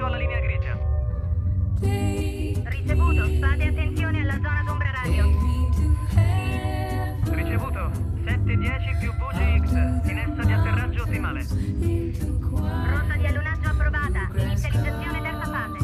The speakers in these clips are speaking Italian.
traffico alla linea grigia. Ricevuto, fate attenzione alla zona d'ombra radio. Ricevuto. 710 più VGX. Finestra di atterraggio ottimale. Rotta di allunaggio approvata. Inizializzazione terza fase.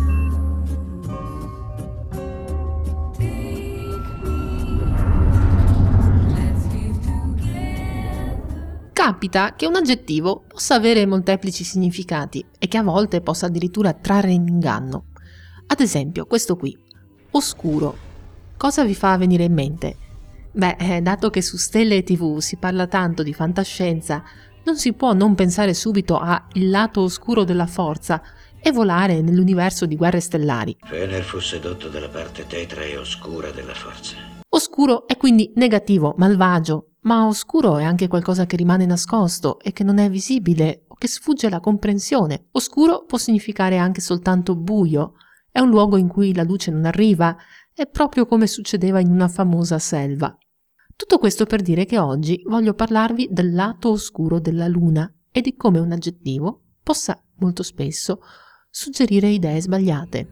Capita che un aggettivo possa avere molteplici significati e che a volte possa addirittura trarre in inganno. Ad esempio, questo qui, oscuro. Cosa vi fa venire in mente? Dato che su Stelle TV si parla tanto di fantascienza, non si può non pensare subito a il lato oscuro della forza e volare nell'universo di Guerre Stellari. Fener fu sedotto dalla parte tetra e oscura della forza. Oscuro è quindi negativo, malvagio, ma oscuro è anche qualcosa che rimane nascosto e che non è visibile o che sfugge alla comprensione. Oscuro può significare anche soltanto buio, è un luogo in cui la luce non arriva, è proprio come succedeva in una famosa selva. Tutto questo per dire che oggi voglio parlarvi del lato oscuro della luna e di come un aggettivo possa molto spesso suggerire idee sbagliate.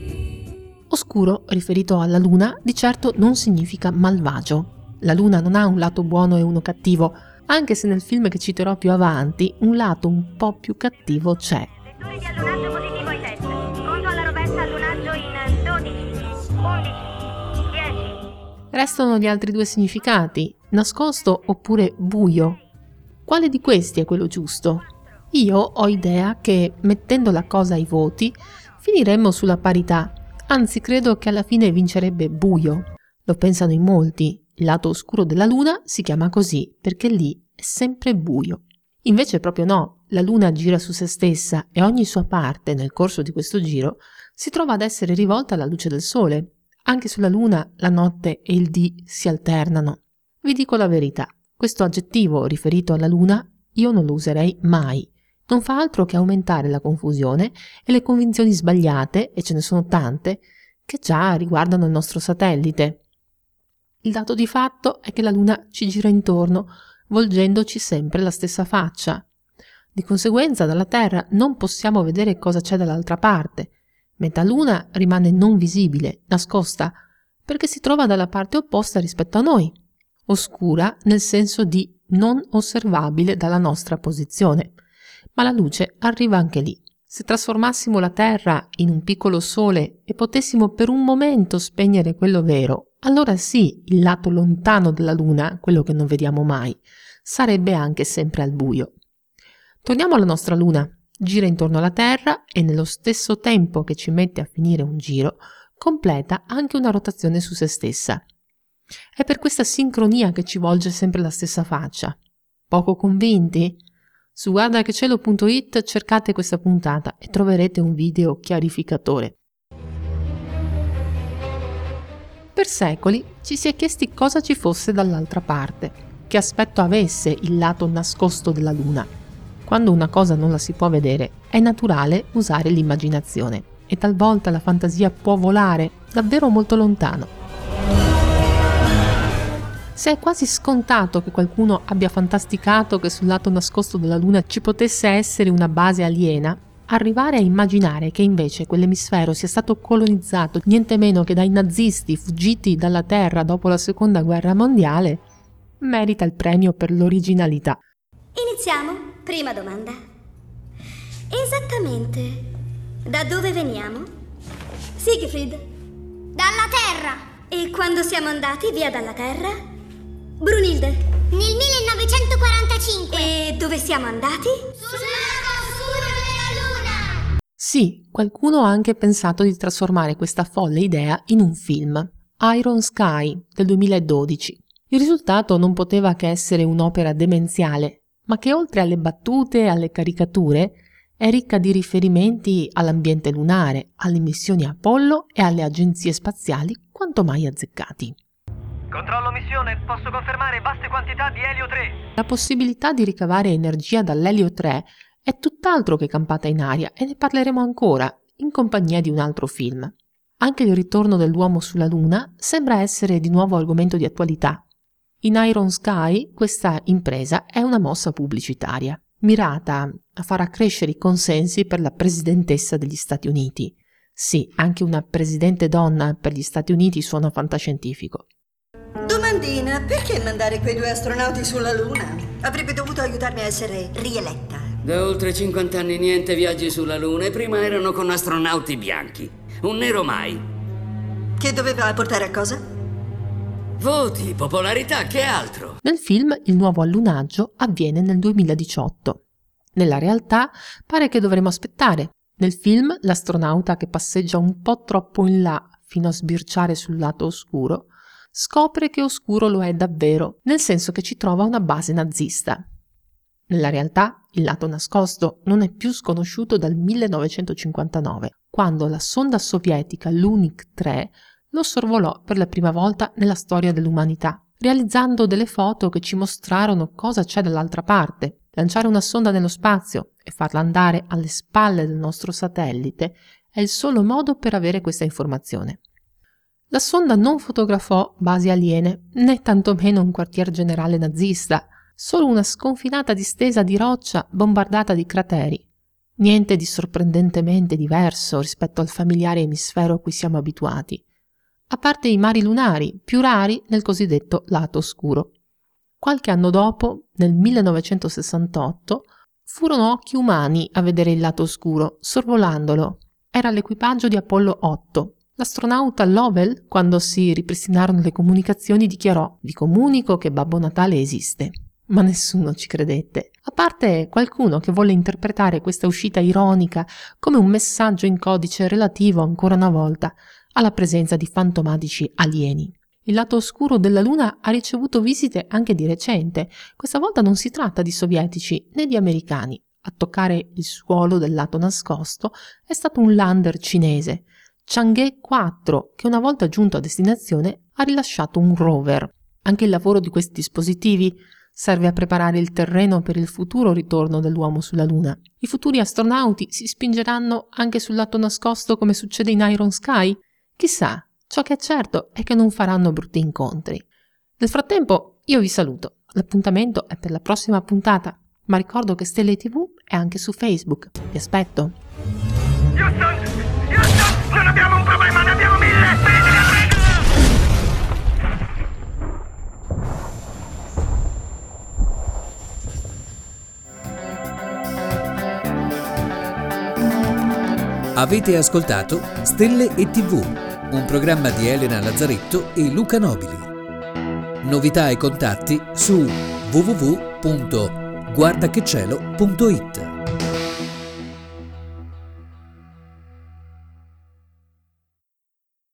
Oscuro, riferito alla luna, di certo non significa malvagio. La luna non ha un lato buono e uno cattivo, anche se nel film che citerò più avanti un lato un po' più cattivo c'è. Vettori di allunaggio positivo ai test. Conto alla rovescia allunaggio in 12, 11, 10. Restano gli altri due significati, nascosto oppure buio. Quale di questi è quello giusto? Io ho idea che, mettendo la cosa ai voti, finiremmo sulla parità, anzi credo che alla fine vincerebbe buio. Lo pensano in molti, il lato oscuro della luna si chiama così perché lì è sempre buio. Invece proprio no, la luna gira su se stessa e ogni sua parte, nel corso di questo giro, si trova ad essere rivolta alla luce del sole. Anche sulla luna la notte e il dì si alternano. Vi dico la verità, questo aggettivo riferito alla luna io non lo userei mai. Non fa altro che aumentare la confusione e le convinzioni sbagliate, e ce ne sono tante, che già riguardano il nostro satellite. Il dato di fatto è che la luna ci gira intorno, volgendoci sempre la stessa faccia. Di conseguenza dalla Terra non possiamo vedere cosa c'è dall'altra parte. Metà luna rimane non visibile, nascosta, perché si trova dalla parte opposta rispetto a noi. Oscura nel senso di non osservabile dalla nostra posizione. Ma la luce arriva anche lì. Se trasformassimo la Terra in un piccolo sole e potessimo per un momento spegnere quello vero, allora sì, il lato lontano della Luna, quello che non vediamo mai, sarebbe anche sempre al buio. Torniamo alla nostra Luna. Gira intorno alla Terra e nello stesso tempo che ci mette a finire un giro, completa anche una rotazione su se stessa. È per questa sincronia che ci volge sempre la stessa faccia. Poco convinti? Su guardachecielo.it cercate questa puntata e troverete un video chiarificatore. Per secoli ci si è chiesti cosa ci fosse dall'altra parte, che aspetto avesse il lato nascosto della Luna. Quando una cosa non la si può vedere, è naturale usare l'immaginazione e talvolta la fantasia può volare davvero molto lontano. Se è quasi scontato che qualcuno abbia fantasticato che sul lato nascosto della Luna ci potesse essere una base aliena, arrivare a immaginare che invece quell'emisfero sia stato colonizzato niente meno che dai nazisti fuggiti dalla Terra dopo la Seconda Guerra Mondiale merita il premio per l'originalità. Iniziamo. Prima domanda. Esattamente da dove veniamo? Siegfried. Dalla Terra. E quando siamo andati via dalla Terra? Brunilde. Nel 1945. E dove siamo andati? Sul lato oscuro della Luna. Sì, qualcuno ha anche pensato di trasformare questa folle idea in un film, Iron Sky, del 2012. Il risultato non poteva che essere un'opera demenziale, ma che oltre alle battute e alle caricature è ricca di riferimenti all'ambiente lunare, alle missioni Apollo e alle agenzie spaziali quanto mai azzeccati. Controllo missione, posso confermare vaste quantità di elio 3. La possibilità di ricavare energia dall'elio 3 è tutt'altro che campata in aria e ne parleremo ancora, in compagnia di un altro film. Anche il ritorno dell'uomo sulla Luna sembra essere di nuovo argomento di attualità. In Iron Sky questa impresa è una mossa pubblicitaria, mirata a far accrescere i consensi per la presidentessa degli Stati Uniti. Sì, anche una presidente donna per gli Stati Uniti suona fantascientifico. Domandina, perché mandare quei 2 astronauti sulla Luna? Avrebbe dovuto aiutarmi a essere rieletta. Da oltre 50 anni niente viaggi sulla Luna e prima erano con astronauti bianchi. Un nero mai. Che doveva portare a cosa? Voti, popolarità, che altro? Nel film il nuovo allunaggio avviene nel 2018. Nella realtà pare che dovremo aspettare. Nel film l'astronauta che passeggia un po' troppo in là fino a sbirciare sul lato oscuro scopre che oscuro lo è davvero, nel senso che ci trova una base nazista. Nella realtà il lato nascosto non è più sconosciuto dal 1959, quando la sonda sovietica Lunik 3 lo sorvolò per la prima volta nella storia dell'umanità, realizzando delle foto che ci mostrarono cosa c'è dall'altra parte. Lanciare una sonda nello spazio e farla andare alle spalle del nostro satellite è il solo modo per avere questa informazione. La sonda non fotografò basi aliene, né tantomeno un quartier generale nazista, solo una sconfinata distesa di roccia bombardata di crateri. Niente di sorprendentemente diverso rispetto al familiare emisfero a cui siamo abituati, a parte i mari lunari, più rari nel cosiddetto lato oscuro. Qualche anno dopo, nel 1968, furono occhi umani a vedere il lato oscuro, sorvolandolo. Era l'equipaggio di Apollo 8. L'astronauta Lovell, quando si ripristinarono le comunicazioni, dichiarò: «Vi comunico che Babbo Natale esiste». Ma nessuno ci credette, a parte qualcuno che volle interpretare questa uscita ironica come un messaggio in codice relativo, ancora una volta, alla presenza di fantomatici alieni. Il lato oscuro della Luna ha ricevuto visite anche di recente. Questa volta non si tratta di sovietici né di americani. A toccare il suolo del lato nascosto è stato un lander cinese, Chang'e 4, che una volta giunto a destinazione ha rilasciato un rover. Anche il lavoro di questi dispositivi serve a preparare il terreno per il futuro ritorno dell'uomo sulla Luna. I futuri astronauti si spingeranno anche sul lato nascosto come succede in Iron Sky? Chissà, ciò che è certo è che non faranno brutti incontri. Nel frattempo io vi saluto, l'appuntamento è per la prossima puntata, ma ricordo che Stelle TV è anche su Facebook. Vi aspetto. Houston, non abbiamo un problema, ne abbiamo 1000! Avete ascoltato Stelle e TV, un programma di Elena Lazzaretto e Luca Nobili. Novità e contatti su www.guardachecielo.it.